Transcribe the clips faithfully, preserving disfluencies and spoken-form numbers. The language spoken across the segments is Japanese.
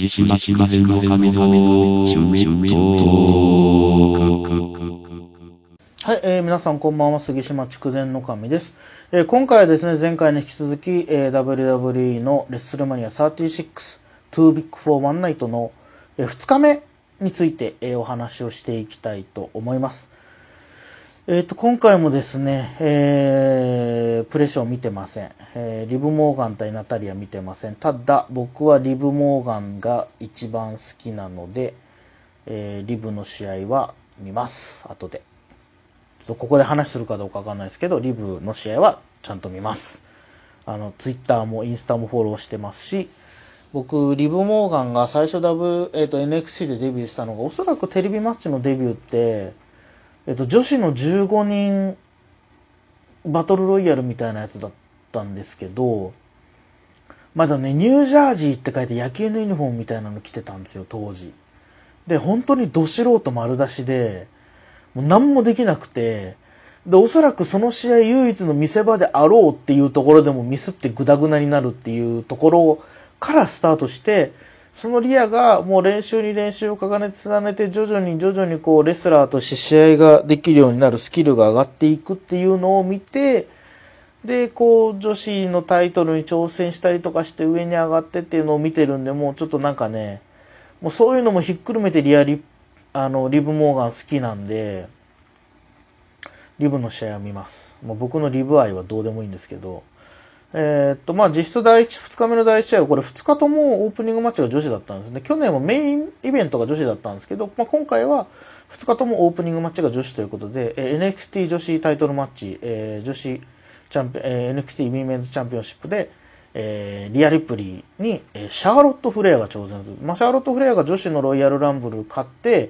島筑前の神々のシュミット。 はい、えー、皆さんこんばんは。杉島筑前の神です。えー、今回はですね、前回に引き続き、えー、ダブリューダブリューイー のレッスルマニアさんじゅうろく Too Big for One Night の、えー、ふつかめについて、えー、お話をしていきたいと思います。えっと、今回もですね、えー、プレショー見てません。えー、リブ・モーガン対ナタリア見てません。ただ、僕はリブ・モーガンが一番好きなので、えー、リブの試合は見ます。後で。ここで話するかどうかわかんないですけど、リブの試合はちゃんと見ます。あの、ツイッターもインスタもフォローしてますし、僕、リブ・モーガンが最初 W、えっと、エヌエックスティー でデビューしたのが、おそらくテレビマッチのデビューって、えっと、女子のじゅうごにんバトルロイヤルみたいなやつだったんですけど、まだね、ニュージャージーって書いて野球のユニフォームみたいなの着てたんですよ、当時。で、本当にど素人丸出しで、もう何もできなくて、で、おそらくその試合唯一の見せ場であろうっていうところでもミスってグダグダになるっていうところからスタートして、そのリアがもう練習に練習を重ねて重ねて徐々に徐々にこうレスラーとして試合ができるようになるスキルが上がっていくっていうのを見て、で、こう女子のタイトルに挑戦したりとかして上に上がってっていうのを見てるんで、もうちょっとなんかね、もうそういうのもひっくるめてリアリ、あの、リブ・モーガン好きなんで、リブの試合を見ます。もう僕のリブ愛はどうでもいいんですけど、えー、っと、まあ、実質第一、二日目の第一試合はこれ二日ともオープニングマッチが女子だったんですね。去年もメインイベントが女子だったんですけど、まあ、今回は二日ともオープニングマッチが女子ということで、えー、エヌエックスティー 女子タイトルマッチ、えー、女子チャンピオン、えー、エヌエックスティー ウィメンズチャンピオンシップで、えー、リア・リプリーに、えー、シャーロット・フレアが挑戦する。まあ、シャーロット・フレアが女子のロイヤルランブル勝って、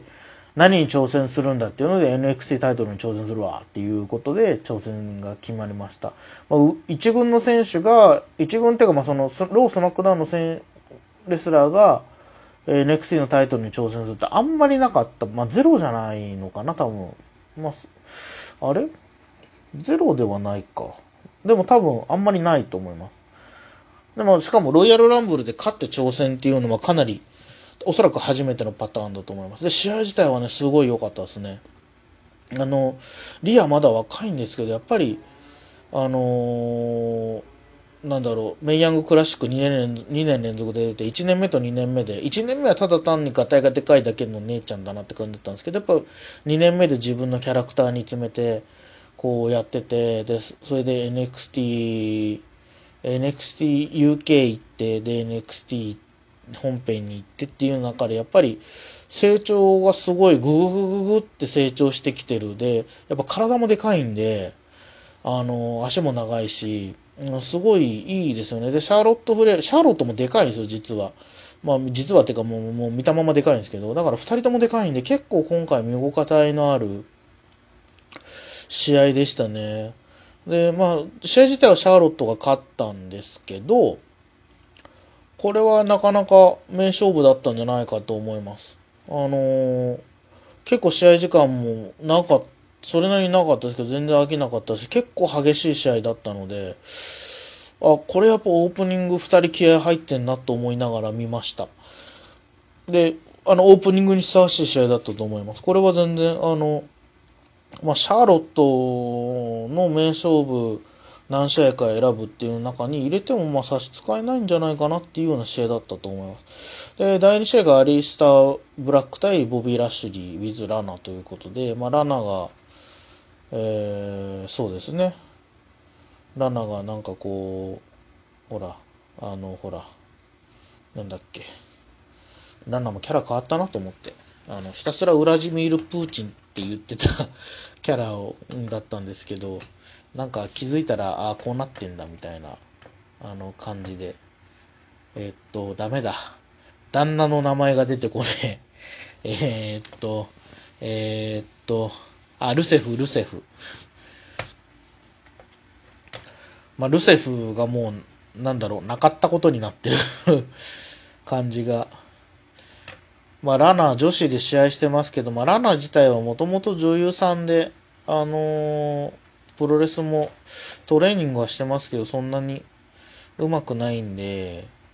何に挑戦するんだっていうので エヌエックスティー タイトルに挑戦するわっていうことで挑戦が決まりました。まあ、一軍の選手が、一軍っていうかまあそのロースマックダウンのレスラーが エヌエックスティー のタイトルに挑戦するってあんまりなかった。まあゼロじゃないのかな多分。まあ、あれゼロではないか。でも多分あんまりないと思います。でもしかもロイヤルランブルで勝って挑戦っていうのはかなりおそらく初めてのパターンだと思います。で、試合自体はね、すごい良かったですね。あの、リアまだ若いんですけど、やっぱり、あのー、なんだろう、メイヤングクラシックにねん、にねん連続で出て、いちねんめとにねんめで、いちねんめはただ単にガタイがでかいだけの姉ちゃんだなって感じだったんですけど、やっぱにねんめで自分のキャラクターに詰めて、こうやってて、で、それで エヌエックスティー、エヌエックスティー ユーケー 行って、で、エヌエックスティー 本編に行ってっていう中で、やっぱり成長がすごいグググググって成長してきてるで、やっぱ体もでかいんで、あの、足も長いし、すごいいいですよね。で、シャーロットフレア、シャーロットもでかいんですよ、実は。まあ、実はっていうかもう、もう見たままでかいんですけど、だから二人ともでかいんで、結構今回見応えのある試合でしたね。で、まあ、試合自体はシャーロットが勝ったんですけど、これはなかなか名勝負だったんじゃないかと思います。あのー、結構試合時間もなかった、それなりになかったですけど、全然飽きなかったし、結構激しい試合だったので、あ、これやっぱオープニング二人気合入ってんなと思いながら見ました。で、あの、オープニングにふさわしい試合だったと思います。これは全然、あの、まあ、シャーロットの名勝負、何試合か選ぶっていう中に入れてもまあ差し支えないんじゃないかなっていうような試合だったと思います。で、だいに試合がアリスター・ブラック対ボビー・ラッシュリー、ウィズ・ラナということで、まあラナが、えー、そうですね。ラナがなんかこう、ほら、あの、ほら、なんだっけ。ラナもキャラ変わったなと思って。あの、ひたすらウラジミール・プーチンって言ってたキャラを、だったんですけど、なんか気づいたら、ああ、こうなってんだみたいな、あの感じで。えーっと、ダメだ。旦那の名前が出てこねえ。えーっと、えーっと、あ、ルセフ、ルセフ。まあ、ルセフがもう、なんだろう、なかったことになってる感じが。まあ、ラナー女子で試合してますけど、まあ、ラナー自体はもともと女優さんで、あのー、プロレスもトレーニングはしてますけど、そんなに上手くないんで、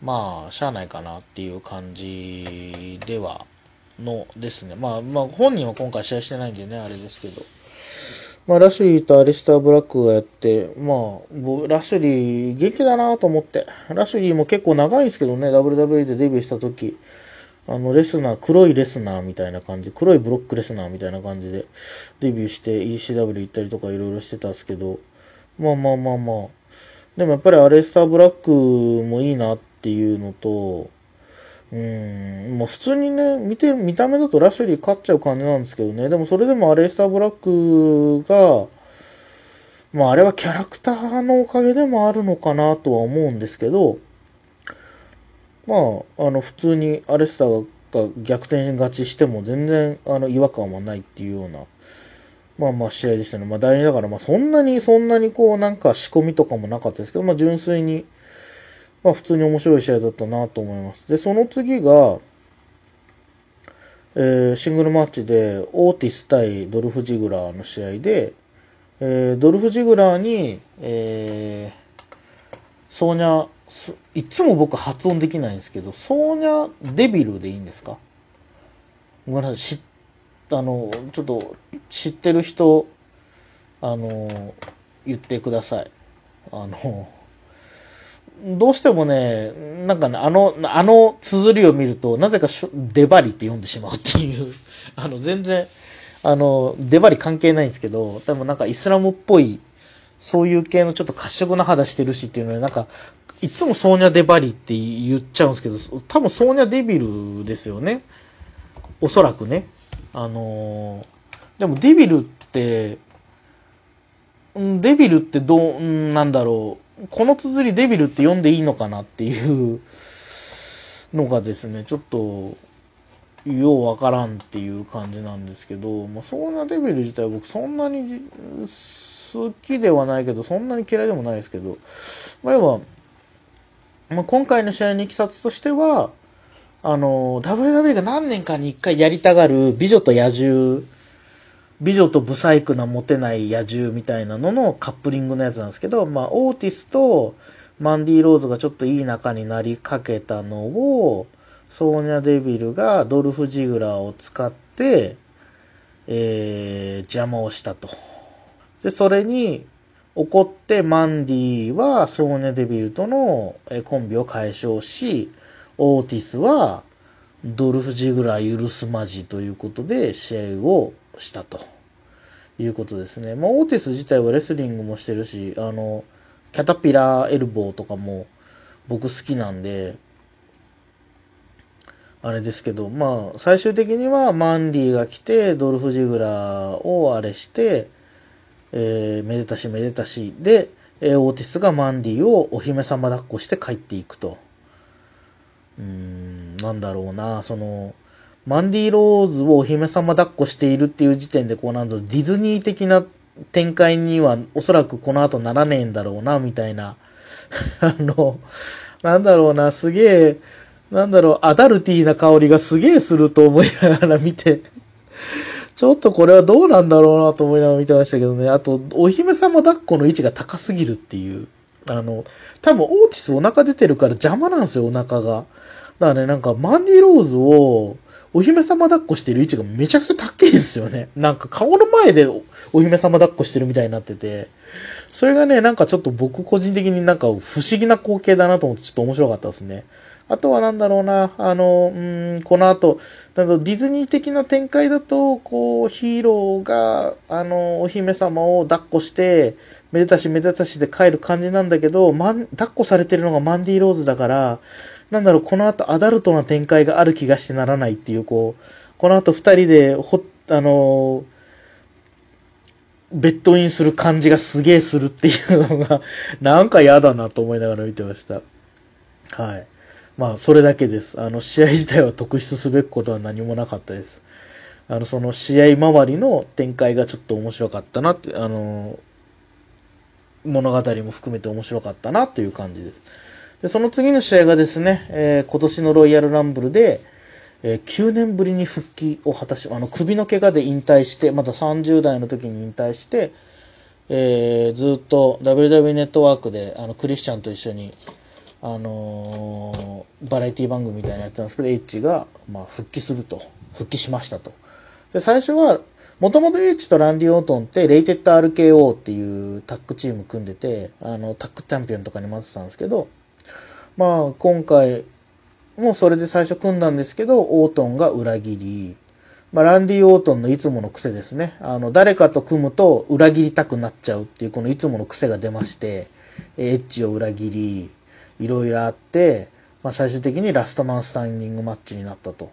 まあ、しゃあないかなっていう感じでは、のですね。まあ、まあ、本人は今回試合してないんでね、あれですけど。まあ、ラシュリーとアリスター・ブラックがやって、まあ、ラシュリー元気だなと思って。ラシュリーも結構長いんですけどね、ダブリューダブリュー でデビューした時、あの、レスナー、黒いレスナーみたいな感じ、黒いブロックレスナーみたいな感じでデビューして イーシーダブリュー 行ったりとかいろいろしてたんですけど、まあまあまあまあ。でもやっぱりアレスター・ブラックもいいなっていうのと、うーん、もう普通にね、見て、見た目だとラシュリー勝っちゃう感じなんですけどね。でもそれでもアレスター・ブラックが、まああれはキャラクターのおかげでもあるのかなとは思うんですけど、まあ、あの普通にアレスターが逆転勝ちしても全然あの違和感はないっていうような、まあまあ試合でしたね。まあ第二だから、まあそんなにそんなにこうなんか仕込みとかもなかったですけど、まあ純粋に、まあ普通に面白い試合だったなと思います。で、その次が、えー、シングルマッチで、オーティス対ドルフ・ジグラーの試合で、えー、ドルフ・ジグラーに、えー、ソーニャ、いつも僕発音できないんですけど、ソーニャ・デビルでいいんですか？ごめんなさい、知あの、ちょっと知ってる人、あの、言ってください。あの、どうしてもね、なんかね、あの、あの綴りを見ると、なぜかデバリって読んでしまうっていう、あの、全然、あの、デバリ関係ないんですけど、でもなんかイスラムっぽい、そういう系のちょっと褐色な肌してるしっていうので、なんか、いつもソーニャデバリって言っちゃうんですけど、多分ソーニャデビルですよね。おそらくね。あのー、でもデビルって、デビルってどう、なんだろう。この綴りデビルって読んでいいのかなっていうのがですね、ちょっと、ようわからんっていう感じなんですけど、まあ、そんなデビル自体僕そんなに好きではないけど、そんなに嫌いでもないですけど、まあ、要は、まあ、今回の試合のいきさつとしては、あの、ダブリューダブリュー が何年かに一回やりたがる美女と野獣、美女とブサイクなモテない野獣みたいなののカップリングのやつなんですけど、まあ、オーティスとマンディ・ローズがちょっといい仲になりかけたのを、ソーニャ・デビルがドルフ・ジグラーを使って、えー、邪魔をしたと。で、それに怒ってマンディはソーニャ・デビルとのコンビを解消し、オーティスはドルフ・ジグラー許すまじということで試合をしたということですね。まあ、オーティス自体はレスリングもしてるし、あの、キャタピラーエルボーとかも僕好きなんで、あれですけど、まあ、最終的にはマンディが来て、ドルフ・ジグラーをあれして、えー、めでたしめでたしで、えー、オーティスがマンディをお姫様抱っこして帰っていくと。うーん、なんだろうな、その、マンディ・ローズをお姫様抱っこしているっていう時点で、こうなんだろう、ディズニー的な展開にはおそらくこの後ならねえんだろうな、みたいな。あの、なんだろうな、すげえ、なんだろう、アダルティーな香りがすげえすると思いながら見て、ちょっとこれはどうなんだろうなと思いながら見てましたけどね。あと、お姫様抱っこの位置が高すぎるっていう。あの、多分オーティスお腹出てるから邪魔なんですよ、お腹が。だからね、なんかマンディ・ローズをお姫様抱っこしてる位置がめちゃくちゃ高いですよね。なんか顔の前でお姫様抱っこしてるみたいになってて、それがね、なんかちょっと僕個人的になんか不思議な光景だなと思ってちょっと面白かったですね。あとはなんだろうな、あの、うーん、この後、なんだろうディズニー的な展開だと、こう、ヒーローが、あの、お姫様を抱っこして、めでたしめでたしで帰る感じなんだけど、まん、抱っこされてるのがマンディ・ローズだから、なんだろう、この後アダルトな展開がある気がしてならないっていう、こう、この後二人で、ほ、あの、ベッドインする感じがすげえするっていうのが、なんか嫌だなと思いながら見てました。はい。まあ、それだけです。あの、試合自体は特筆すべきことは何もなかったです。あの、その試合周りの展開がちょっと面白かったなって、あの、物語も含めて面白かったなという感じです。で、その次の試合がですね、えー、今年のロイヤルランブルで、えー、きゅうねんぶりに復帰を果たし、あの、首の怪我で引退して、まださんじゅう代の時に引退して、えー、ずっと ダブリューダブリューイー ネットワークで、あの、クリスチャンと一緒に、 あのー、バラエティ番組みたいなやつなんですけど、エッジが、まあ、復帰すると。復帰しましたと。で、最初は、もともとエッジとランディ・オートンって、レイテッド アールケーオー っていうタッグチーム組んでて、あの、タッグチャンピオンとかに混ぜてたんですけど、まあ、今回、もうそれで最初組んだんですけど、オートンが裏切り、まあ、ランディ・オートンのいつもの癖ですね。あの、誰かと組むと裏切りたくなっちゃうっていう、このいつもの癖が出まして、エッジを裏切り、いろいろあって、まあ、最終的にラストマンスタンディングマッチになったと。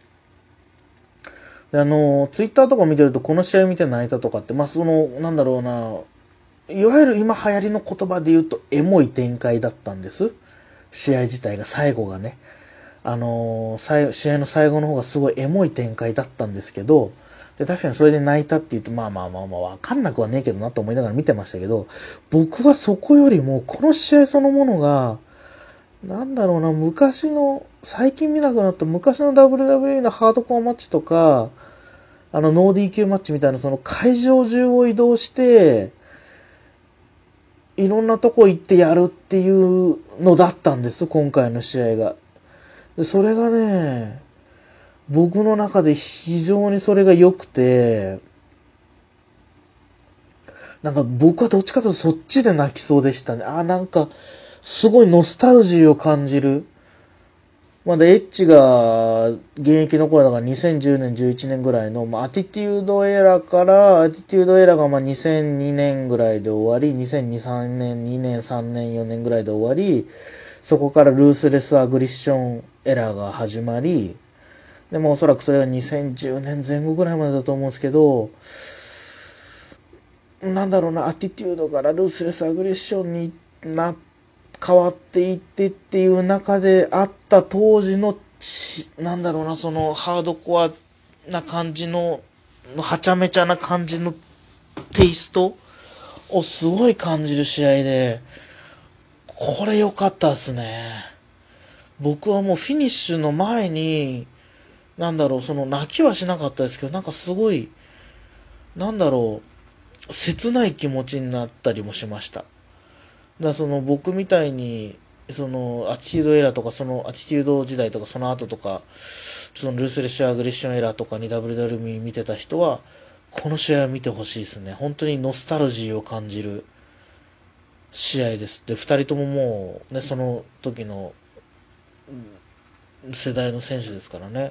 で、あの、ツイッターとか見てると、この試合見て泣いたとかって、まあ、その、なんだろうな、いわゆる今流行りの言葉で言うと、エモい展開だったんです。試合自体が、最後がね。あのー、試合の最後の方がすごいエモい展開だったんですけど、で、確かにそれで泣いたって言うと、まあまあまあまあ、わかんなくはねえけどなと思いながら見てましたけど、僕はそこよりも、この試合そのものが、なんだろうな、昔の、最近見なくなった昔の ダブリューダブリューイー のハードコアマッチとか、あの、ノー ディーキュー マッチみたいな、その会場中を移動して、いろんなとこ行ってやるっていうのだったんです、今回の試合が。で、それがね、僕の中で非常にそれが良くて、なんか僕はどっちかというとそっちで泣きそうでしたね。あ、なんか、すごいノスタルジーを感じる。まだエッジが現役の頃だからにせんじゅうねん、じゅういちねんぐらいの、まあ、アティテュードエラーから、アティテュードエラーがまあにせんにねんぐらいで終わり、にせんに、さんねん、にねん、さんねん、よねんぐらいで終わり、そこからルースレスアグリッションエラーが始まり、でもおそらくそれがにせんじゅうねんぜん後ぐらいまでだと思うんですけど、なんだろうな、アティテュードからルースレスアグレッションにな、変わっていってっていう中であった当時の、なんだろうな、そのハードコアな感じの、はちゃめちゃな感じのテイストをすごい感じる試合で、これ良かったですね。僕はもうフィニッシュの前に、なんだろう、その泣きはしなかったですけど、なんかすごい、なんだろう、切ない気持ちになったりもしました。だからその僕みたいに、そのアティテュードエラーとか、そのアティテュード時代とか、その後とか、そのルースレッシュアグレッションエラーとかに ダブリューダブリューイー 見てた人は、この試合は見てほしいですね。本当にノスタルジーを感じる試合です。で、二人とももう、ね、その時の世代の選手ですからね。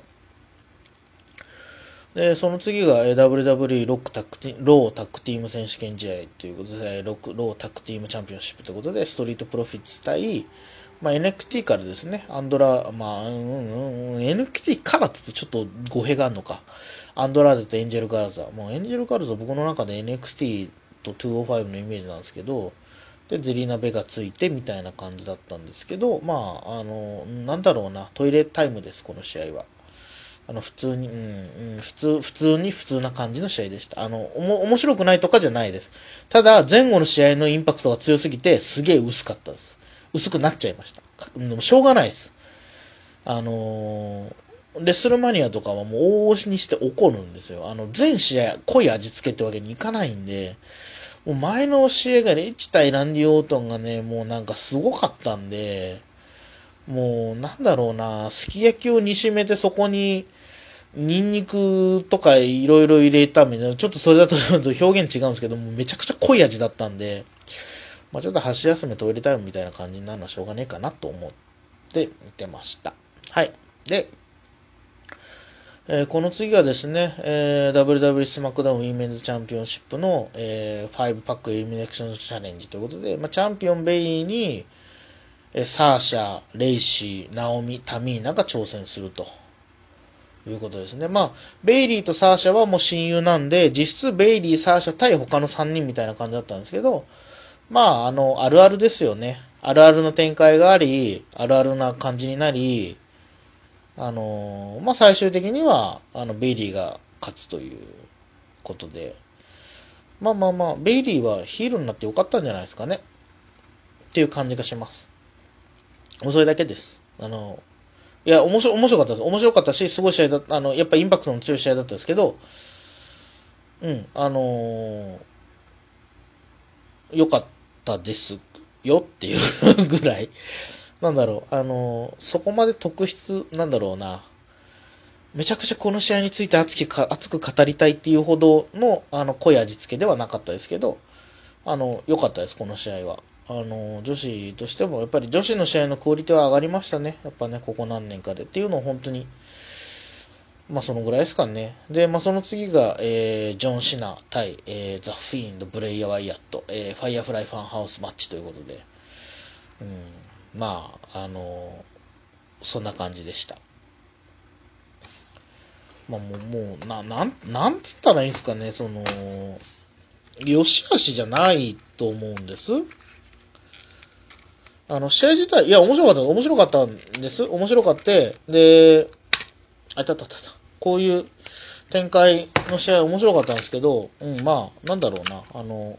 で、その次が ダブリューダブリューイー ロックタックティロータックティーム選手権試合ということで、ローロータックティームチャンピオンシップということで、ストリートプロフィッツ対、まあ、エヌエックスティー からですね、アンドラ、まあ、うんうんうん、エヌエックスティー からって言うとちょっと語弊があるのか。アンドラーデとエンジェルガールザ。もうエンジェルガールザは僕の中で エヌエックスティー とにひゃくごのイメージなんですけど、で、ゼリーナベがついてみたいな感じだったんですけど、まあ、あの、なんだろうな、トイレタイムです、この試合は。あの、普通に、うん、うん、普通、普通に普通な感じの試合でした。あの、おも、面白くないとかじゃないです。ただ、前後の試合のインパクトが強すぎて、すげえ薄かったです。薄くなっちゃいました。でも、しょうがないです。あのー、レッスルマニアとかはもう大押しにして怒るんですよ。あの、全試合濃い味付けってわけにいかないんで、もう前の試合がレッチ対ランディ・オートンがね、もうなんかすごかったんで、もうなんだろうな、すき焼きを煮しめてそこにニンニクとかいろいろ入れたみたいな、ちょっとそれだと表現違うんですけども、めちゃくちゃ濃い味だったんで、まあちょっと箸休めトイレタイムみたいな感じになるのはしょうがねえかなと思って見てました。はい。で、えー、この次がですね、えー、ダブリューダブリュー スマックダウンウィメンズチャンピオンシップの、えー、ごパックエリミネーションチャレンジということで、まあ、チャンピオンベイに、えー、サーシャ、レイシー、ナオミ、タミーナが挑戦するということですね。まあ、ベイリーとサーシャはもう親友なんで、実質ベイリー、サーシャ対他のさんにんみたいな感じだったんですけど、まあ、あの、あるあるですよね。あるあるの展開があり、あるあるな感じになり、あのー、まあ、最終的には、あの、ベイリーが勝つということで、まあまあまあ、ベイリーはヒールになってよかったんじゃないですかね。っていう感じがします。もうそれだけです。あの、いや、面白、面白かったです。面白かったし、すごい試合だった、あの、やっぱインパクトの強い試合だったんですけど、うん、あのー、良かったですよっていうぐらい。 なんだろう、あの、そこまで特筆、なんだろうな、めちゃくちゃこの試合について熱きか熱く語りたいっていうほどの、あの、濃い味付けではなかったですけど、あの、良かったです、この試合は。あの、女子としても、やっぱり女子の試合のクオリティは上がりましたね。やっぱね、ここ何年かで。っていうのを本当に、まあそのぐらいですかね。で、まあその次が、えー、ジョン・シナ対、えー、ザ・フィーンド、ブレイヤ・ワイヤット、えー、ファイアフライ・ファンハウスマッチということで、うん、まあ、あの、そんな感じでした。まあもう、もう、な、なん、なんつったらいいんですかね、その、良し悪しじゃないと思うんです。あの、試合自体、いや、面白かった、面白かったんです。面白かった。で、あ、いたたたた。こういう展開の試合面白かったんですけど、うん、まあ、なんだろうな、あの、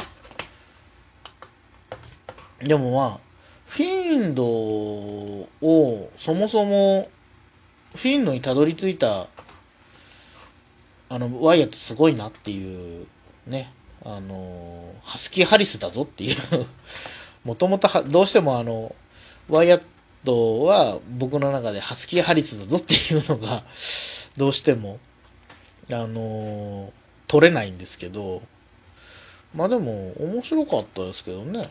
でもまあ、フィンドを、そもそも、フィンドにたどり着いた、あの、ワイヤットすごいなっていう、ね、あの、ハスキー・ハリスだぞっていうもともとどうしてもあの、ワイヤットは僕の中でハスキー・ハリスだぞっていうのが、どうしても、あの、取れないんですけど、まあでも、面白かったですけどね。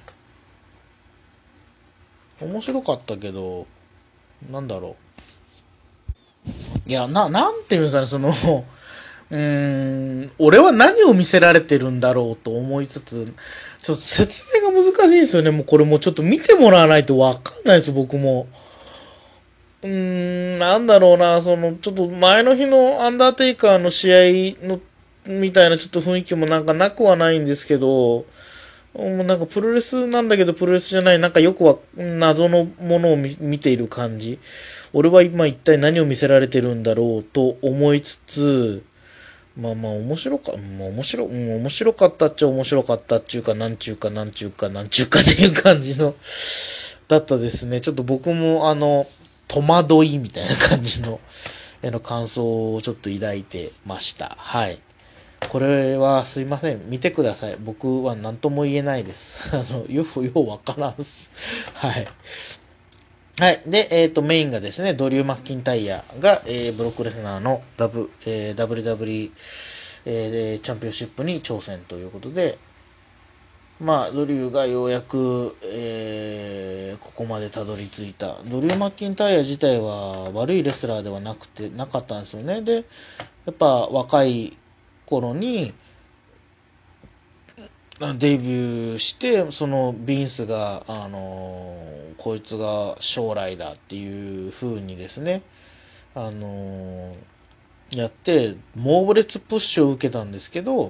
面白かったけど、なんだろう。いや、な、なんていうんですかね、その、うーん、俺は何を見せられてるんだろうと思いつつ、ちょっと説明が難しいですよね。もうこれもうちょっと見てもらわないとわかんないです、僕も。うーん、なんだろうな、その、ちょっと前の日のアンダーテイカーの試合の、みたいなちょっと雰囲気もなんかなくはないんですけど、もうなんかプロレスなんだけどプロレスじゃない、なんかよくは謎のものを 見, 見ている感じ。俺は今一体何を見せられてるんだろうと思いつつ、まあまあ面白か、まあ面白、うん、面白かったっちゃ面白かったっちゅうか、なんちゅうか、なんちゅうか、なんちゅうかっていう感じの、だったですね。ちょっと僕もあの、戸惑いみたいな感じの、あの感想をちょっと抱いてました。はい。これはすいません。見てください。僕は何とも言えないです。あの、よう、ようわからんす。はい。はい。で、えっ、ー、と、メインがですね、ドリュー・マッキンタイヤが、えー、ブロックレスナーのダブ、えー、ダブリューダブリューイー、えー、チャンピオンシップに挑戦ということで、まあ、ドリューがようやく、えー、ここまでたどり着いた。ドリュー・マッキンタイヤ自体は悪いレスラーではなくて、なかったんですよね。で、やっぱ若い頃に、デビューして、そのビンスが、あのー、こいつが将来だっていう風にですね、あのー、やって、猛烈プッシュを受けたんですけど、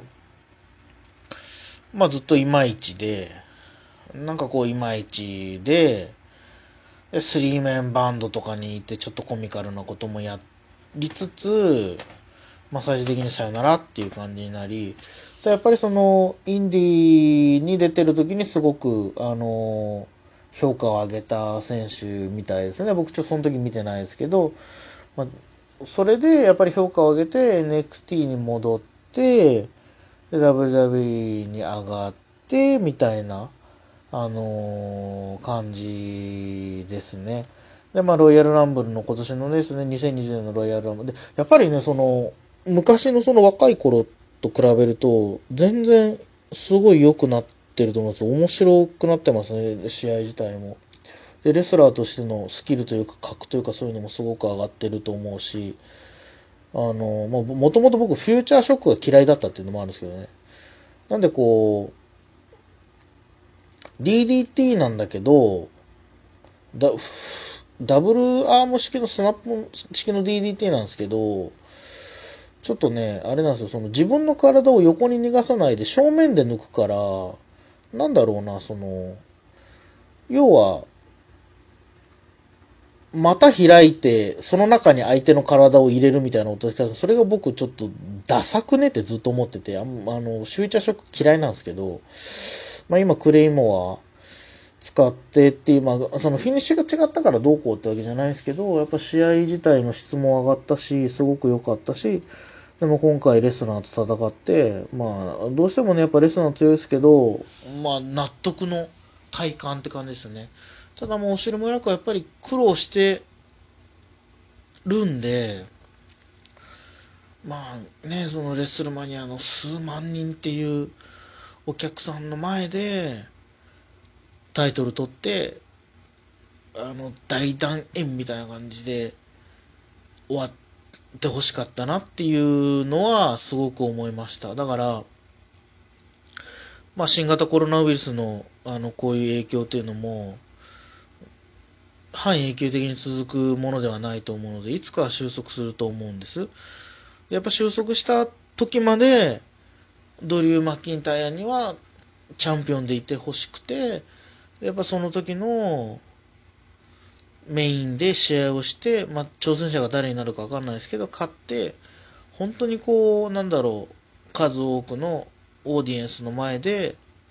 まあずっといまいちで、なんかこういまいちで、スリーメンバンドとかにいてちょっとコミカルなこともやりつつ、まあ最終的にさよならっていう感じになり、やっぱりその、インディーに出てる時にすごく、あの、評価を上げた選手みたいですね。僕ちょっとその時見てないですけど、まあ、それでやっぱり評価を上げて エヌエックスティー に戻って、ダブリューダブリューイー に上がって、みたいな、あのー、感じですね。で、まあ、ロイヤルランブルの今年のね、ですね、にせんにじゅうねんのロイヤルランブルで、やっぱりね、その、昔のその若い頃と比べると、全然すごい良くなってると思います。面白くなってますね、試合自体も。で、レスラーとしてのスキルというか、格というかそういうのもすごく上がってると思うし、あの、まあ、もともと僕、フューチャーショックが嫌いだったっていうのもあるんですけどね。なんでこう、ディーディーティー なんだけど、ダダブルアーム式のスナップ式の ディーディーティー なんですけど、ちょっとね、あれなんですよ、その自分の体を横に逃がさないで正面で抜くから、なんだろうな、その、要は、股開いて、その中に相手の体を入れるみたいな落とし方、それが僕ちょっとダサくねってずっと思ってて、あの、フューチャーショック嫌いなんですけど、まあ今クレイモア使ってっていう、まあそのフィニッシュが違ったからどうこうってわけじゃないですけど、やっぱ試合自体の質も上がったし、すごく良かったし、でも今回レスナーと戦って、まあどうしてもね、やっぱレスナー強いですけど、まあ納得の体感って感じですね。 ただもうお城村区はやっぱり苦労してるんで、まあね、そのレッスルマニアの数万人っていうお客さんの前でタイトル取って、あの大団円みたいな感じで終わってほしかったなっていうのはすごく思いました。だから、まあ、新型コロナウイルスの、あのこういう影響っていうのも半永久的に続くものではないと思うので、いつかは収束すると思うんです。やっぱ収束した時までドリュー・マッキンタイヤにはチャンピオンでいてほしくて、やっぱその時のメインで試合をして、まあ、挑戦者が誰になるか分かんないですけど、勝って、本当にこう、なんだろう、数多くのオーディエンスの前で、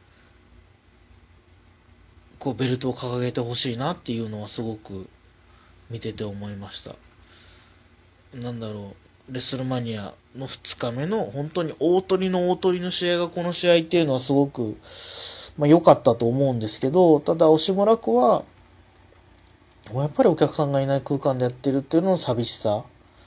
こう、ベルトを掲げてほしいなっていうのはすごく見てて思いました。なんだろう、レスルマニアのふつかめの本当に大鳥の大鳥の試合がこの試合っていうのはすごく、まあ、良かったと思うんですけど、ただ、押村区は、やっぱりお客さんがいない空間でやってるっていうのの寂しさ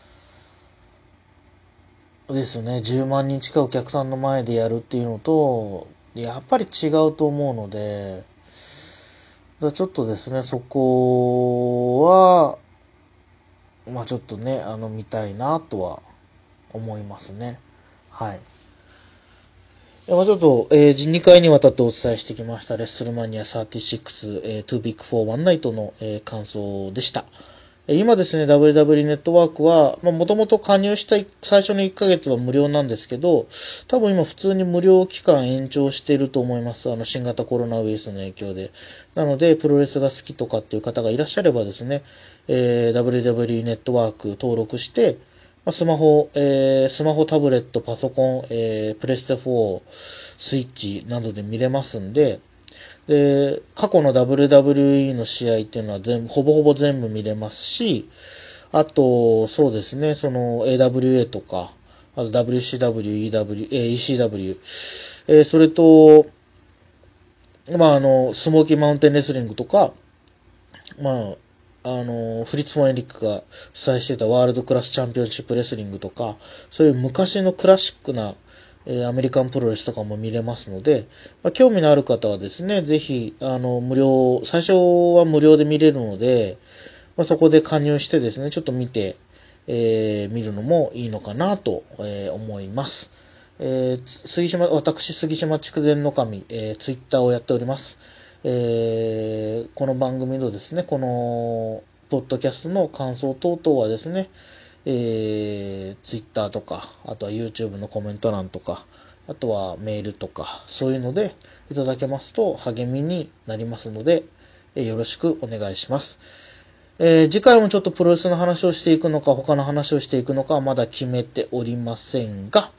ですね。じゅうまんにん近いお客さんの前でやるっていうのと、やっぱり違うと思うので、ちょっとですね、そこは、まあちょっとね、あの、見たいなとは思いますね。はい。まあちょっと、えー、にかいにわたってお伝えしてきました、レッスルマニアさんじゅうろく、えー、Too Big for One Night の、えー、感想でした。えー、今ですね、ダブリューダブリューイー ネットワークは、まあもともと加入した最初のいっかげつは無料なんですけど、多分今普通に無料期間延長していると思います。あの、新型コロナウイルスの影響で。なので、プロレスが好きとかっていう方がいらっしゃればですね、えー、ダブリューダブリューイー ネットワーク登録して、スマホ、えー、スマホ、タブレット、パソコン、えー、プレステフォー、スイッチなどで見れますんで、で、過去の ダブリューダブリューイー の試合っていうのは全部、ほぼほぼ全部見れますし、あと、そうですね、その エーダブリューエー とか、あと ダブリューシーダブリュー、イーダブリュー、えー、イーシーダブリュー、えー、それと、まあ、あの、スモーキーマウンテンレスリングとか、まあ、あの、フリッツ・フォン・エリックが主催してたワールドクラスチャンピオンシップレスリングとか、そういう昔のクラシックな、えー、アメリカンプロレスとかも見れますので、まあ、興味のある方はですね、ぜひ、あの、無料、最初は無料で見れるので、まあ、そこで加入してですね、ちょっと見て、えー、見るのもいいのかなと、えー、思います。えー、杉島、私、杉島筑前の神、えー、ツイッターをやっております。えー、この番組のですね、この、ポッドキャストの感想等々はですね、えー、Twitter とか、あとは YouTube のコメント欄とか、あとはメールとか、そういうのでいただけますと励みになりますので、えー、よろしくお願いします。えー、次回もちょっとプロレスの話をしていくのか、他の話をしていくのかはまだ決めておりませんが、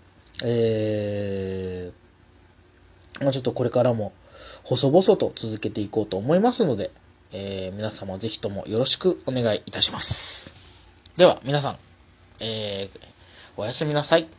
えー、まあ、ちょっとこれからも細々と続けていこうと思いますので、えー、皆様ぜひともよろしくお願いいたします。では皆さん、えー、おやすみなさい。